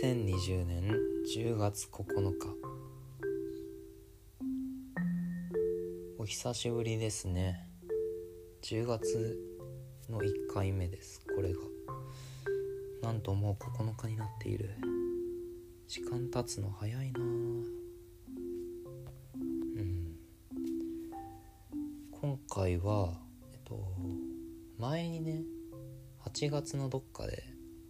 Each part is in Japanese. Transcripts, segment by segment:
2020年10月9日、お久しぶりですね。10月の1回目です。これがなんともう9日になっている。時間経つの早いな。今回は前にね、8月のどっかで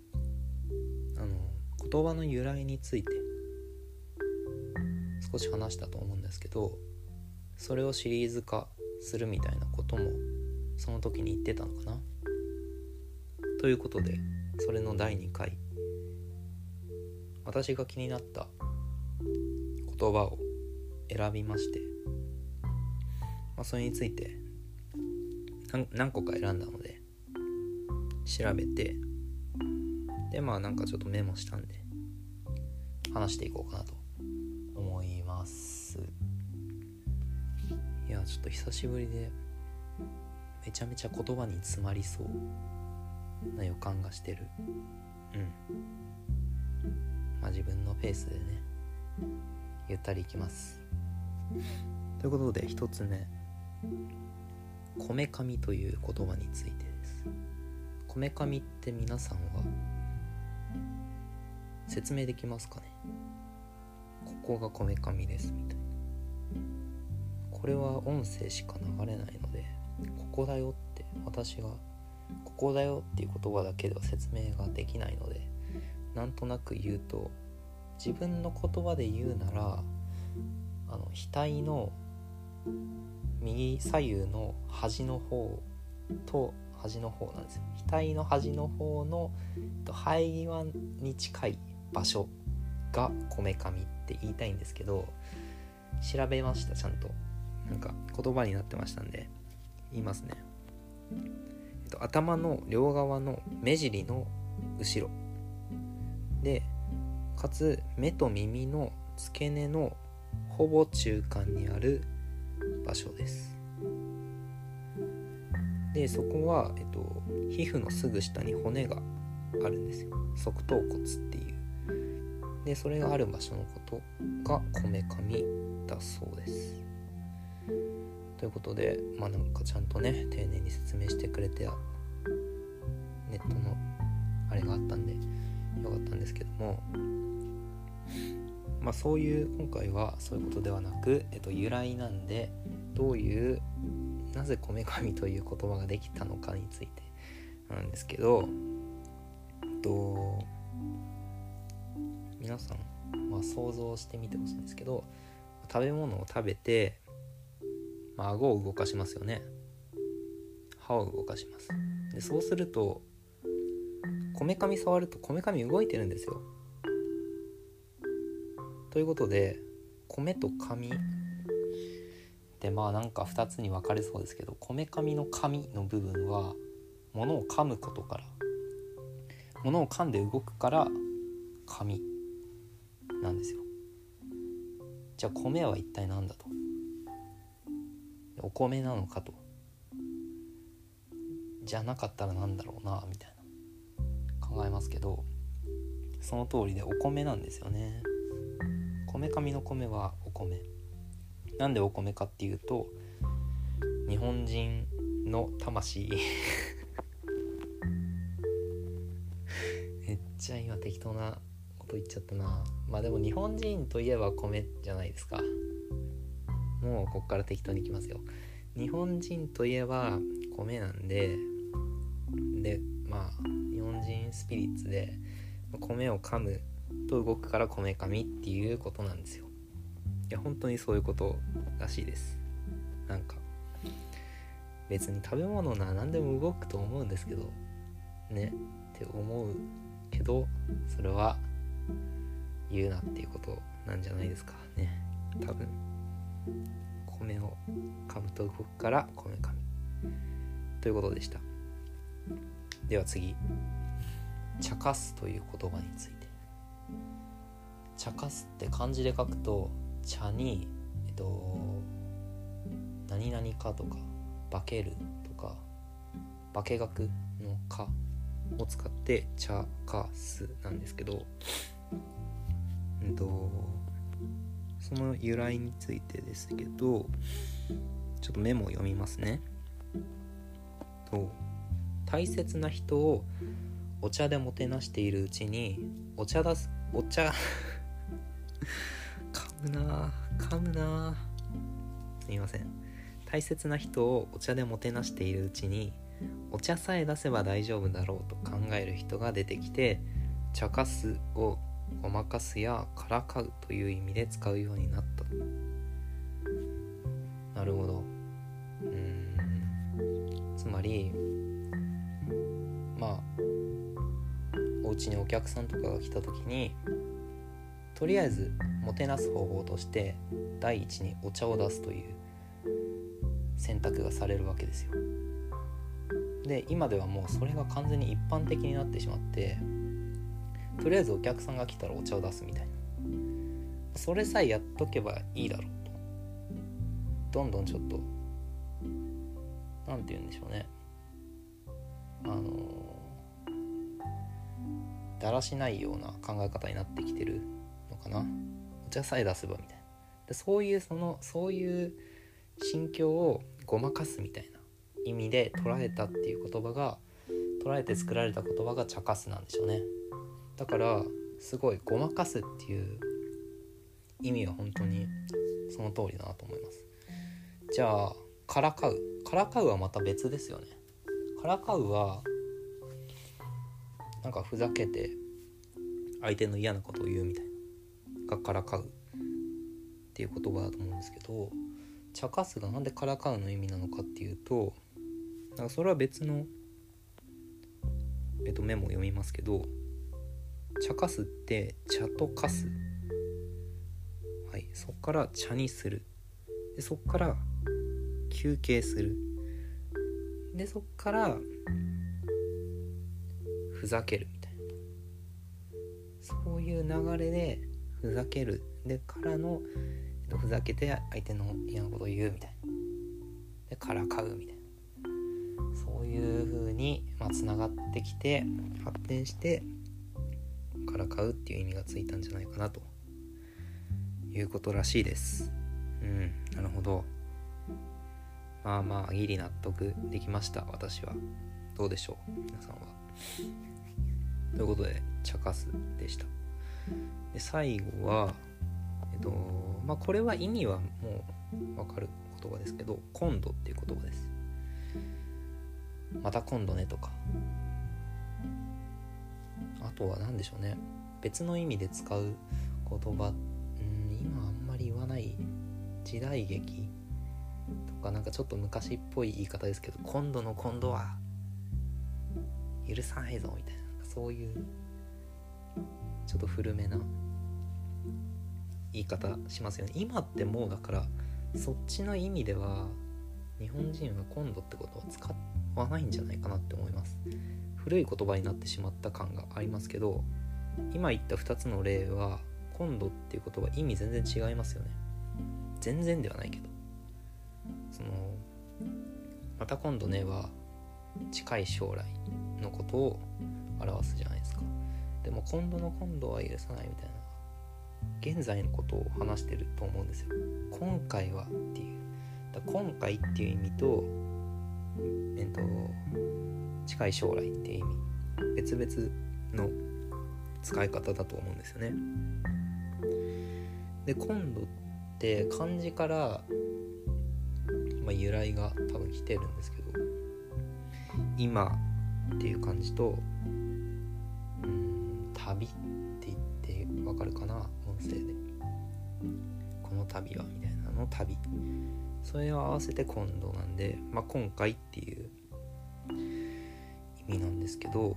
言葉の由来について少し話したと思うんですけど、それをシリーズ化するみたいなこともその時に言ってたのかな。ということで、それの第2回、私が気になった言葉を選びまして、それについて何個か選んだので調べて、でなんかちょっとメモしたんで話していこうかなと思います。いや、ちょっと久しぶりでめちゃめちゃ言葉に詰まりそうな予感がしてる。自分のペースでね、ゆったりいきます。ということで、一つ目、こめかみという言葉についてです。こめかみって皆さんは説明できますかね。ここがこめかみですみたいな。これは音声しか流れないので、ここだよって、私がここだよっていう言葉だけでは説明ができないので、なんとなく言うと、自分の言葉で言うなら額の右左右の端の方と端の方なんですよ。額の端の方の生え際に近い場所がこめかみって言いたいんですけど、調べました。ちゃんとなんか言葉になってましたんで言いますね。頭の両側の目尻の後ろで、かつ目と耳の付け根のほぼ中間にある場所です。で、そこは、皮膚のすぐ下に骨があるんですよ。側頭骨っていう。で、それがある場所のことがこめかみだそうです。ということで、なんかちゃんとね、丁寧に説明してくれて、ネットのあれがあったんでよかったんですけども、そういう、今回はそういうことではなく、由来なんで、なぜこめかみという言葉ができたのかについてなんですけど、皆さん、想像してみてほしいんですけど、食べ物を食べて、顎を動かしますよね。歯を動かします。で、そうするとこめかみ触るとこめかみ動いてるんですよ。ということで、米と紙でなんか2つに分かれそうですけど、こめかみの紙の部分は物を噛むことから、物を噛んで動くから紙なんですよ。じゃあ米は一体何だと、お米なのかと、じゃなかったら何だろうなみたいな考えますけど、その通りでお米なんですよね。こめかみの米はお米。なんでお米かっていうと、日本人の魂めっちゃ今適当なこと言っちゃったな。でも日本人といえば米じゃないですか。もうこっから適当にいきますよ。日本人といえば米なんで、日本人スピリッツで米を噛むと動くからこめかみっていうことなんですよ。いや、本当にそういうことらしいです。なんか別に食べ物なら何でも動くと思うんですけどねって思うけど、それは言うなっていうことなんじゃないですかね。多分米を噛むと動くからこめかみということでした。では次、茶化すという言葉について。茶化すって漢字で書くと、茶に何々かとか化けるとか化学の化を使って茶化すなんですけど、 その由来についてですけど、ちょっとメモを読みますね。大切な人をお茶でもてなしているうちに噛むなすみません。大切な人をお茶でもてなしているうちにお茶さえ出せば大丈夫だろうと考える人が出てきて、茶かすをごまかすやからかうという意味で使うようになった。なるほど。つまりお家にお客さんとかが来た時に、とりあえずもてなす方法として第一にお茶を出すという選択がされるわけですよ。で、今ではもうそれが完全に一般的になってしまって、とりあえずお客さんが来たらお茶を出すみたいな、それさえやっとけばいいだろうと、どんどんちょっとなんて言うんでしょうね、だらしないような考え方になってきてるのかな。お茶さえ出せばみたいな。で、そういう心境をごまかすみたいな意味で捉えたっていう言葉が、捉えて作られた言葉が茶化すなんでしょうね。だからすごいごまかすっていう意味は本当にその通りだなと思います。じゃあからかうはまた別ですよね。からかうはなんかふざけて相手の嫌なことを言うみたいながからかうっていう言葉だと思うんですけど、茶化すがなんでからかうの意味なのかっていうと、なんかそれは別のメモを読みますけど、茶化すって茶と化す、はい、そっから茶にする、でそっから休憩する、でそっからふざけるみたいな、そういう流れでふざけるでからの、ふざけて相手の嫌なことを言うみたいな、でからかうみたいな、そういう風につながってきて発展してからかうっていう意味がついたんじゃないかなということらしいです。なるほど。ギリ納得できました。私はどうでしょう、皆さんは。ということで茶化すでした。で、最後はこれは意味はもう分かる言葉ですけど、今度っていう言葉です。また今度ねとか、あとは何でしょうね、別の意味で使う言葉、今あんまり言わない時代劇とか、なんかちょっと昔っぽい言い方ですけど、今度の今度は許さないぞみたいな、そういうちょっと古めな言い方しますよね。今ってもうだからそっちの意味では日本人は今度ってことは使わないんじゃないかなって思います。古い言葉になってしまった感がありますけど、今言った2つの例は今度っていう言葉意味全然違いますよね。全然ではないけど、また今度ねは近い将来のことを表すじゃないですか。でも今度の今度は許さないみたいな、現在のことを話してると思うんですよ。今回はっていう、今回っていう意味と近い将来っていう意味、別々の使い方だと思うんですよね。で、今度って漢字から、由来が多分来てるんですけど、今っていう漢字と旅って言ってわかるかな、音声で。この旅はみたいなの旅、それを合わせて今度なんで、今回っていう意味なんですけど、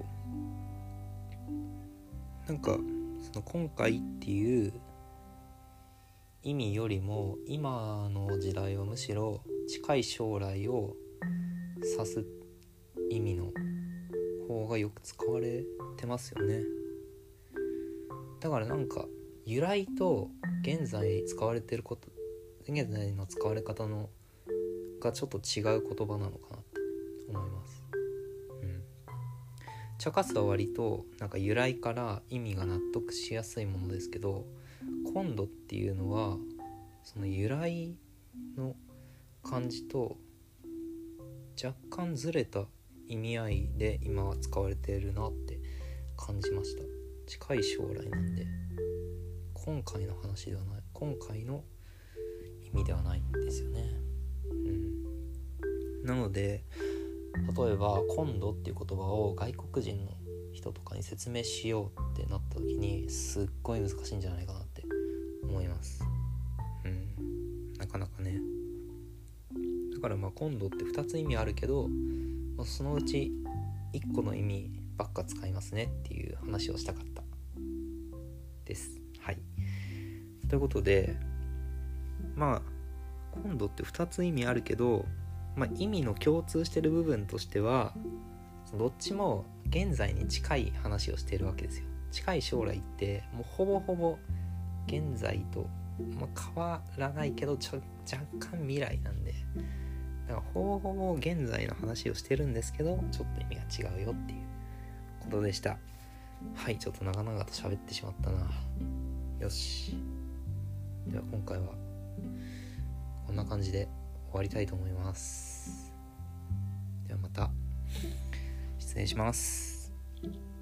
なんかその今回っていう意味よりも今の時代はむしろ近い将来を指す意味の方がよく使われてますよね。だからなんか由来と現在使われてること、現在の使われ方のがちょっと違う言葉なのかなって思います。 釈迦数は割となんか由来から意味が納得しやすいものですけど、今度っていうのはその由来の漢字と若干ずれた意味合いで今は使われているなって感じました。近い将来なんで今回の話ではない、今回の意味ではないんですよね。なので例えば今度っていう言葉を外国人の人とかに説明しようってなった時にすっごい難しいんじゃないかなって思います。なかなかね。だから今度って2つ意味あるけど、そのうち1個の意味ばっか使いますねっていう話をしたかったです。はい。ということで今度って2つ意味あるけど、意味の共通してる部分としてはどっちも現在に近い話をしているわけですよ。近い将来ってもうほぼほぼ現在と、変わらないけど若干未来なんで、だからほぼほぼ現在の話をしてるんですけどちょっと意味が違うよっていうことでした。はい、ちょっと長々と喋ってしまったな。よし、では今回はこんな感じで終わりたいと思います。ではまた失礼します。